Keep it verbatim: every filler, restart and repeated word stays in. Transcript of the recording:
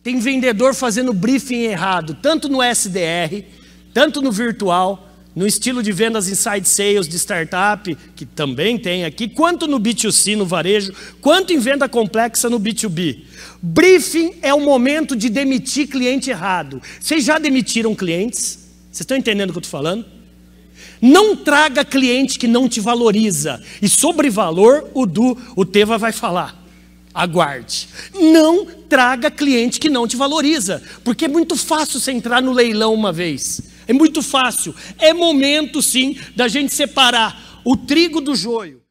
Tem vendedor fazendo briefing errado, tanto no S D R, tanto no virtual, no estilo de vendas inside sales de startup, que também tem aqui, quanto no B dois C, no varejo, quanto em venda complexa no B dois B. Briefing é o momento de demitir cliente errado. Vocês já demitiram clientes? Vocês estão entendendo o que eu estou falando? Não traga cliente que não te valoriza. E sobre valor, o Du, o Teva vai falar. Aguarde. Não traga cliente que não te valoriza. Porque é muito fácil você entrar no leilão uma vez. É muito fácil. É momento, sim, da gente separar o trigo do joio.